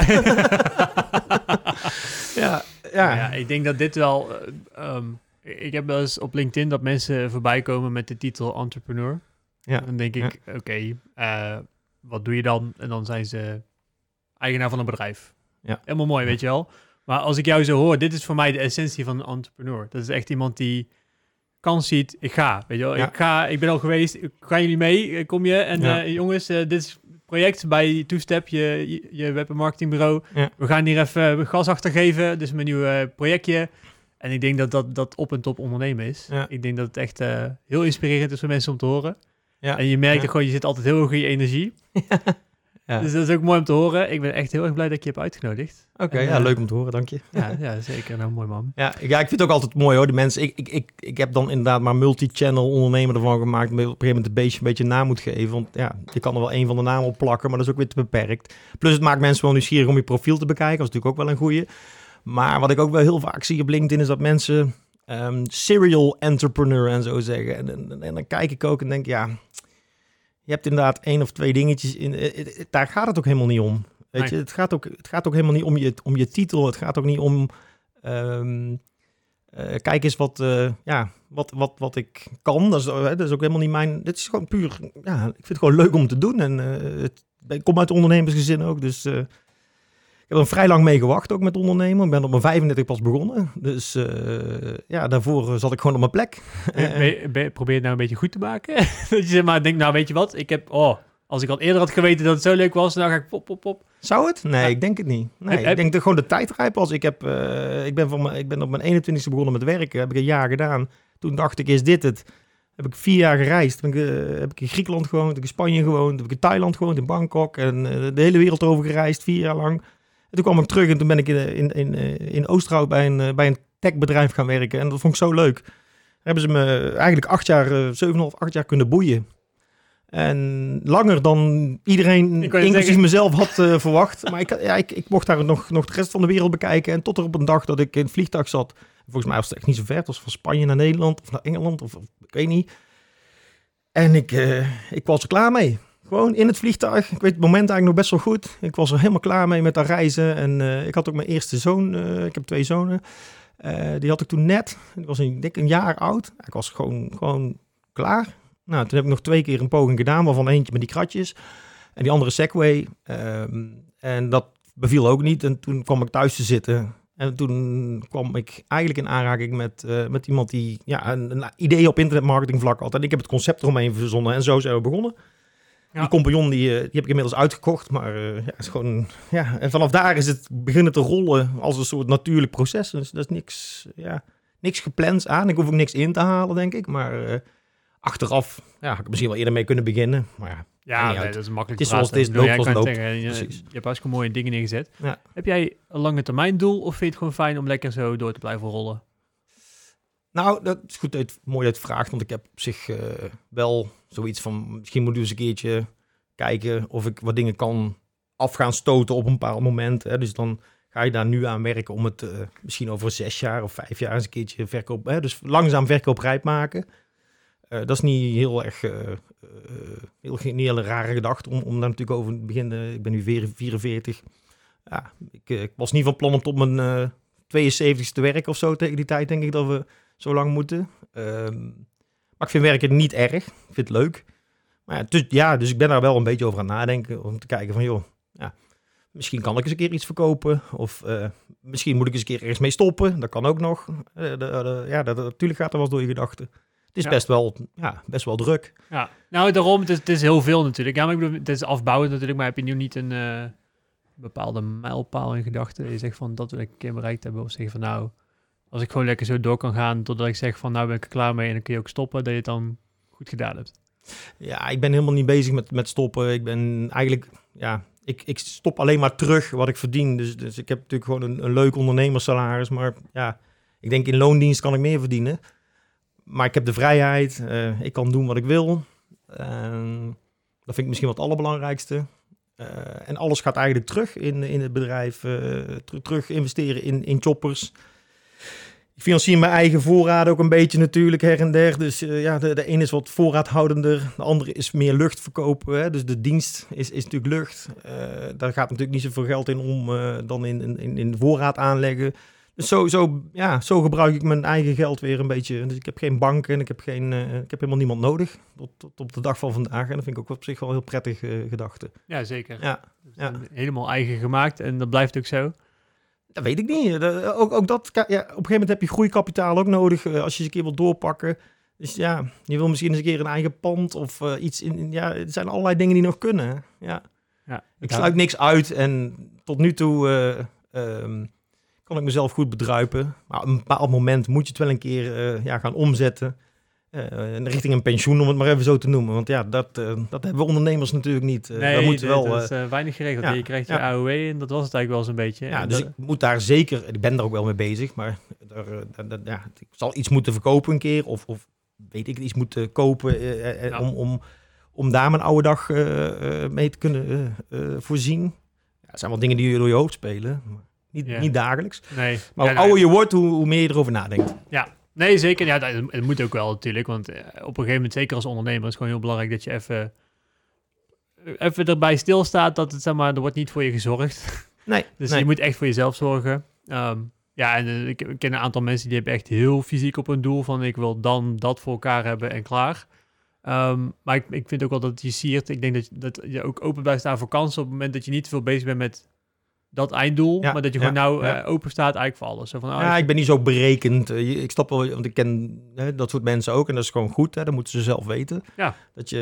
Ja, ik denk dat dit wel... ik heb wel eens op LinkedIn dat mensen voorbij komen met de titel entrepreneur. Ja. Dan denk ik, oké, wat doe je dan? En dan zijn ze eigenaar van een bedrijf. Ja. Helemaal mooi, weet je wel. Maar als ik jou zo hoor, dit is voor mij de essentie van een entrepreneur. Dat is echt iemand die kans ziet, ik ga. Weet je wel, ik ben al geweest, gaan jullie mee? Kom je? En jongens, dit is het project bij TwoStep, je web- en marketingbureau. Ja. We gaan hier even gas achter geven. Dus mijn nieuwe projectje. En ik denk dat op en top ondernemen is. Ja. Ik denk dat het echt heel inspirerend is voor mensen om te horen. Ja. En je merkt gewoon, je zit altijd heel erg in je energie. Ja. Dus dat is ook mooi om te horen. Ik ben echt heel erg blij dat ik je hebt uitgenodigd. Oké, leuk om te horen, dank je. Ja, zeker. Nou, mooi man. Ja, ik vind het ook altijd mooi hoor, de mensen. Ik heb dan inderdaad maar multi-channel ondernemer ervan gemaakt. Op een gegeven moment het beestje een beetje naam moet geven. Want je kan er wel één van de namen op plakken, maar dat is ook weer te beperkt. Plus het maakt mensen wel nieuwsgierig om je profiel te bekijken. Dat is natuurlijk ook wel een goeie. Maar wat ik ook wel heel vaak zie op LinkedIn is dat mensen serial entrepreneur en zo zeggen. En dan kijk ik ook en denk, je hebt inderdaad 1 of 2 dingetjes in. Daar gaat het ook helemaal niet om. Weet je, het gaat ook helemaal niet om je titel. Het gaat ook niet om. Kijk eens wat ik kan. Dat is ook helemaal niet mijn. Dit is gewoon puur. Ja, ik vind het gewoon leuk om te doen. En ik kom uit ondernemersgezin ook. Dus ik heb er vrij lang mee gewacht ook met ondernemen. Ik ben op mijn 35 pas begonnen. Dus daarvoor zat ik gewoon op mijn plek. Probeer het nou een beetje goed te maken. Dat je zeg maar denkt, nou weet je wat, ik heb... als ik al eerder had geweten dat het zo leuk was, dan ga ik pop. Zou het? Nee, ik denk het niet. Nee, ik denk dat gewoon de tijd rijp was. Ik ben op mijn 21ste begonnen met werken. Heb ik een jaar gedaan. Toen dacht ik, is dit het? Heb ik 4 jaar gereisd. Heb ik in Griekenland gewoond, heb ik in Spanje gewoond, heb ik in Thailand gewoond, in Bangkok. En de hele wereld over gereisd, 4 jaar lang. En toen kwam ik terug en toen ben ik in Oosterhout bij een techbedrijf gaan werken. En dat vond ik zo leuk. Daar hebben ze me eigenlijk 7,5, 8 jaar kunnen boeien. En langer dan iedereen, inclusief mezelf, had verwacht. Maar ik mocht daar nog de rest van de wereld bekijken. En tot er op een dag dat ik in het vliegtuig zat. Volgens mij was het echt niet zo ver. Het was van Spanje naar Nederland of naar Engeland of ik weet niet. En ik was er klaar mee. Gewoon in het vliegtuig. Ik weet het moment eigenlijk nog best wel goed. Ik was er helemaal klaar mee met dat reizen. En ik had ook mijn eerste zoon. Ik heb 2 zonen. Die had ik toen net. Ik was een jaar oud. Ik was gewoon klaar. Nou, toen heb ik nog 2 keer een poging gedaan. Waarvan eentje met die kratjes. En die andere Segway. En dat beviel ook niet. En toen kwam ik thuis te zitten. En toen kwam ik eigenlijk in aanraking met iemand die een idee op internetmarketing vlak had. En ik heb het concept eromheen verzonnen. En zo zijn we begonnen. Ja. Die compagnon die heb ik inmiddels uitgekocht, maar is gewoon, en vanaf daar is het beginnen te rollen als een soort natuurlijk proces. Dus dat is niks gepland aan. Ik hoef ook niks in te halen, denk ik. Maar achteraf had ik misschien wel eerder mee kunnen beginnen. Maar dat is makkelijk. Het is zoals het is, loopt zoals het loopt. Je hebt hartstikke mooie dingen neergezet. Ja. Heb jij een lange termijn doel of vind je het gewoon fijn om lekker zo door te blijven rollen? Nou, dat is goed mooi dat je het vraagt, want ik heb op zich wel zoiets van, misschien moet ik eens een keertje kijken of ik wat dingen kan af gaan stoten op een bepaald moment. Hè. Dus dan ga je daar nu aan werken om het misschien over 6 jaar of 5 jaar eens een keertje verkoop, dus langzaam verkooprijp maken. Dat is niet heel erg niet hele rare gedachte om daar natuurlijk over te beginnen. Ik ben nu 44. Ja, ik was niet van plan om tot mijn 72 te werken of zo tegen die tijd, denk ik, dat we zo lang moeten. Maar ik vind werken niet erg. Ik vind het leuk. Maar dus ik ben daar wel een beetje over aan nadenken. Om te kijken van, joh, ja, misschien kan ik eens een keer iets verkopen. Of misschien moet ik eens een keer ergens mee stoppen. Dat kan ook nog. Natuurlijk gaat er wel door je gedachten. Het is best wel druk. Ja, nou daarom, het is heel veel natuurlijk. Ja, maar ik bedoel, het is afbouwend natuurlijk, maar heb je nu niet een bepaalde mijlpaal in gedachten? Je zegt van, dat wil ik een keer bereikt hebben. Of zeg je van, nou, als ik gewoon lekker zo door kan gaan, totdat ik zeg van, nou ben ik er klaar mee en dan kun je ook stoppen, dat je het dan goed gedaan hebt. Ja, ik ben helemaal niet bezig met stoppen. Ik ben eigenlijk, ik stop alleen maar terug wat ik verdien. Dus ik heb natuurlijk gewoon een leuk ondernemerssalaris. Maar ja, ik denk in loondienst kan ik meer verdienen. Maar ik heb de vrijheid. Ik kan doen wat ik wil. Dat vind ik misschien wat het allerbelangrijkste. En alles gaat eigenlijk terug in het bedrijf. Terug investeren in choppers. Ik financier mijn eigen voorraden ook een beetje natuurlijk her en der. Dus de ene is wat voorraadhoudender. De andere is meer lucht verkopen. Hè? Dus de dienst is natuurlijk lucht. Daar gaat natuurlijk niet zoveel geld in om dan in voorraad aanleggen. Dus zo gebruik ik mijn eigen geld weer een beetje. Dus ik heb geen bank en ik heb helemaal niemand nodig tot op de dag van vandaag. En dat vind ik ook op zich wel een heel prettige gedachte. Ja, zeker. Ja. Dus helemaal eigen gemaakt en dat blijft ook zo. Dat weet ik niet. Ook dat, op een gegeven moment heb je groeikapitaal ook nodig als je eens een keer wilt doorpakken. Dus ja, je wil misschien eens een keer een eigen pand of iets in. Ja, er zijn allerlei dingen die nog kunnen. Ja. Ik sluit niks uit en tot nu toe kan ik mezelf goed bedruipen. Maar op een bepaald moment moet je het wel een keer gaan omzetten. Richting een pensioen, om het maar even zo te noemen. Want ja, dat hebben we ondernemers natuurlijk niet. Dat is weinig geregeld. Ja, je krijgt je AOW en dat was het eigenlijk wel zo'n beetje. Ja, dus ik moet daar zeker... Ik ben daar ook wel mee bezig, maar ik zal iets moeten verkopen een keer. Of weet ik, iets moeten kopen om daar mijn oude dag mee te kunnen voorzien. Ja, dat zijn wel dingen die door je hoofd spelen. Niet dagelijks. Nee. Maar hoe ouder je wordt, hoe meer je erover nadenkt. Ja. Nee, zeker. Ja, het moet ook wel natuurlijk. Want op een gegeven moment, zeker als ondernemer, is het gewoon heel belangrijk dat je even erbij stilstaat dat het, zeg maar, er wordt niet voor je gezorgd. Nee. Dus je moet echt voor jezelf zorgen. Ik ken een aantal mensen die hebben echt heel fysiek op een doel van ik wil dan dat voor elkaar hebben en klaar. Maar ik vind ook wel dat je siert. Ik denk dat je ook open blijft staan voor kansen op het moment dat je niet te veel bezig bent met dat einddoel, maar dat je gewoon open staat eigenlijk voor alles. Zo van, ik ben niet zo berekend. Ik snap wel, want ik ken dat soort mensen ook en dat is gewoon goed. Hè, dat moeten ze zelf weten. Ja.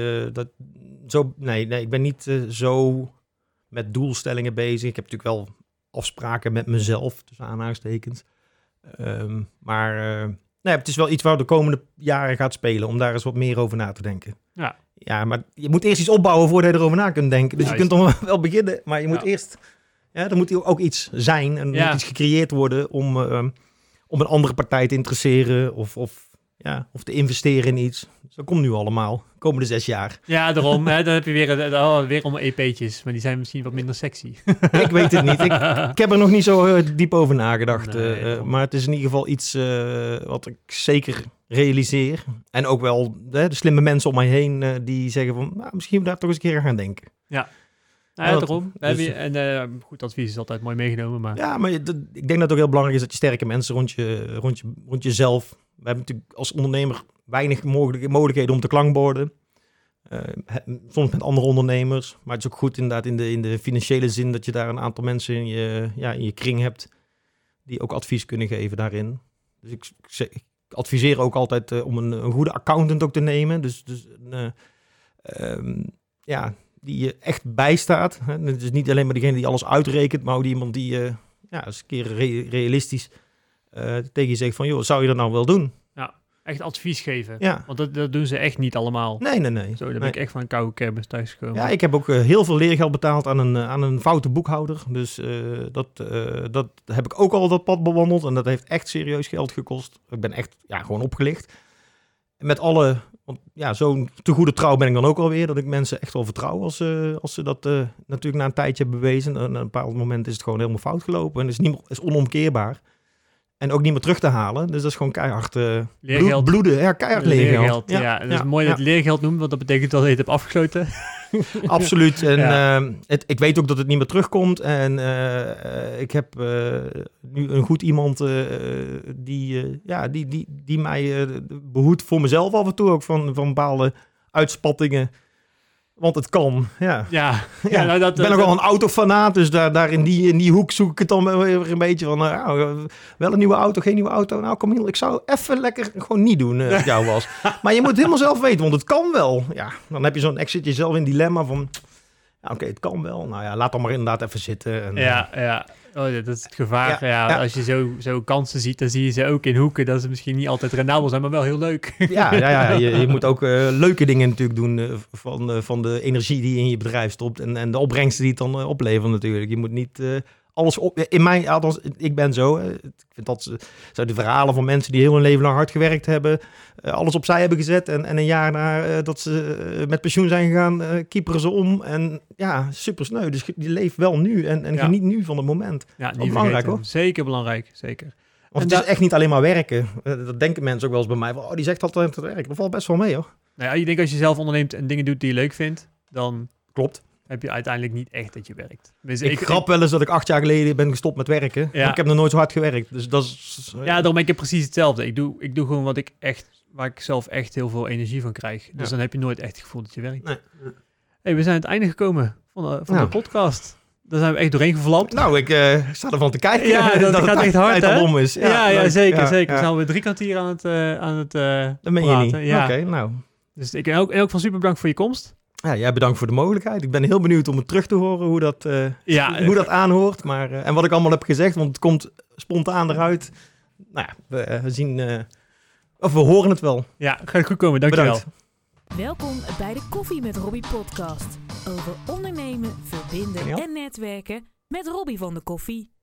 Ik ben niet zo met doelstellingen bezig. Ik heb natuurlijk wel afspraken met mezelf, tussen aanhalingstekens. Het is wel iets waar de komende jaren gaat spelen, om daar eens wat meer over na te denken. Ja. Ja, maar je moet eerst iets opbouwen voordat je erover na kunt denken. Dus je kunt dan wel beginnen, maar je moet eerst... Ja, er moet ook iets zijn en er moet iets gecreëerd worden om een andere partij te interesseren of te investeren in iets. Dus dat komt nu allemaal, komende 6 jaar. Ja, daarom. Dan heb je weer om EP'tjes, maar die zijn misschien wat minder sexy. Ik weet het niet. Ik heb er nog niet zo diep over nagedacht. Maar het is in ieder geval iets wat ik zeker realiseer. En ook wel de slimme mensen om mij heen die zeggen van, misschien daar toch eens een keer aan gaan denken. Ja. Daarom. Goed advies is altijd mooi meegenomen. Maar... Ja, maar ik denk dat het ook heel belangrijk is dat je sterke mensen rond jezelf... We hebben natuurlijk als ondernemer weinig mogelijkheden om te klankborden. Soms met andere ondernemers. Maar het is ook goed inderdaad in de financiële zin dat je daar een aantal mensen in je kring hebt die ook advies kunnen geven daarin. Dus ik adviseer ook altijd om een goede accountant ook te nemen. Die je echt bijstaat. Het is niet alleen maar degene die alles uitrekent, maar ook iemand die eens een keer realistisch tegen je zegt van, joh, zou je dat nou wel doen? Ja, echt advies geven. Ja. Want dat doen ze echt niet allemaal. Nee. Zo, daar ben ik echt van een koude kermis thuisgekomen. Ja, ik heb ook heel veel leergeld betaald aan een foute boekhouder. Dus dat heb ik ook al dat pad bewandeld. En dat heeft echt serieus geld gekost. Ik ben echt gewoon opgelicht. Met alle... Want zo'n te goede trouw ben ik dan ook alweer. Dat ik mensen echt wel vertrouw als ze dat natuurlijk na een tijdje hebben bewezen. En op een bepaald moment is het gewoon helemaal fout gelopen. En is onomkeerbaar. En ook niet meer terug te halen. Dus dat is gewoon keihard Leergeld. bloeden. Ja, keihard leergeld. Ja, dat is mooi dat je leergeld noemt, want dat betekent dat je het hebt afgesloten. Absoluut. En ik weet ook dat het niet meer terugkomt. En ik heb nu een goed iemand die mij behoedt voor mezelf af en toe ook van bepaalde uitspattingen. Want het kan, ja. Nou, ik ben nog wel een autofanaat, dus daar in die hoek zoek ik het dan weer een beetje van... wel een nieuwe auto, geen nieuwe auto. Nou, kom hier, ik zou even lekker gewoon niet doen als ik jou was. Maar je moet het helemaal zelf weten, want het kan wel. Ja, dan heb je zit je zelf in dilemma van... Oké, het kan wel. Nou ja, laat dan maar inderdaad even zitten. En, ja. Oh, dat is het gevaar. Als je zo kansen ziet, dan zie je ze ook in hoeken. Dat ze misschien niet altijd rendabel zijn, maar wel heel leuk. Je moet ook leuke dingen natuurlijk doen van de energie die je in je bedrijf stopt. En de opbrengsten die het dan oplevert natuurlijk. Je moet niet alles op... Althans, ik ben zo. Ik vind dat zo de verhalen van mensen die heel hun leven lang hard gewerkt hebben. Alles opzij hebben gezet. En een jaar nadat ze met pensioen zijn gegaan, kieperen ze om. En ja, super sneu. Dus je leeft wel nu en geniet nu van het moment. Ja, niet belangrijk hoor. Zeker belangrijk, zeker. Want het is echt niet alleen maar werken. Dat denken mensen ook wel eens bij mij. Van, die zegt altijd het werk. Dat valt best wel mee hoor. Nou ja, je denkt als je zelf onderneemt en dingen doet die je leuk vindt, dan... Klopt. Heb je uiteindelijk niet echt dat je werkt. Dus ik grap wel eens dat ik 8 jaar geleden ben gestopt met werken. Ja. Maar ik heb nog nooit zo hard gewerkt. Dus dat is... Ja, daarom ben ik precies hetzelfde. Ik doe gewoon waar ik zelf echt heel veel energie van krijg. Dus dan heb je nooit echt het gevoel dat je werkt. Nee. Hey, we zijn aan het einde gekomen van de podcast. Daar zijn we echt doorheen gevlamd. Nou, ik sta ervan te kijken. Ja, dat gaat echt hard, hè? Om is. Ja, zeker. We zijn alweer 3 kwartier aan het dat meen je niet. Ja. Oké, nou. Dus ik ook van super bedankt voor je komst. Ja, jij bedankt voor de mogelijkheid. Ik ben heel benieuwd om het terug te horen hoe dat aanhoort. Maar, en wat ik allemaal heb gezegd, want het komt spontaan eruit. Nou ja, we zien... of we horen het wel. Ja, gaat goed komen. Dankjewel. Bedankt. Welkom bij de Koffie met Robbie podcast. Over ondernemen, verbinden en netwerken met Robbie van de Koffie.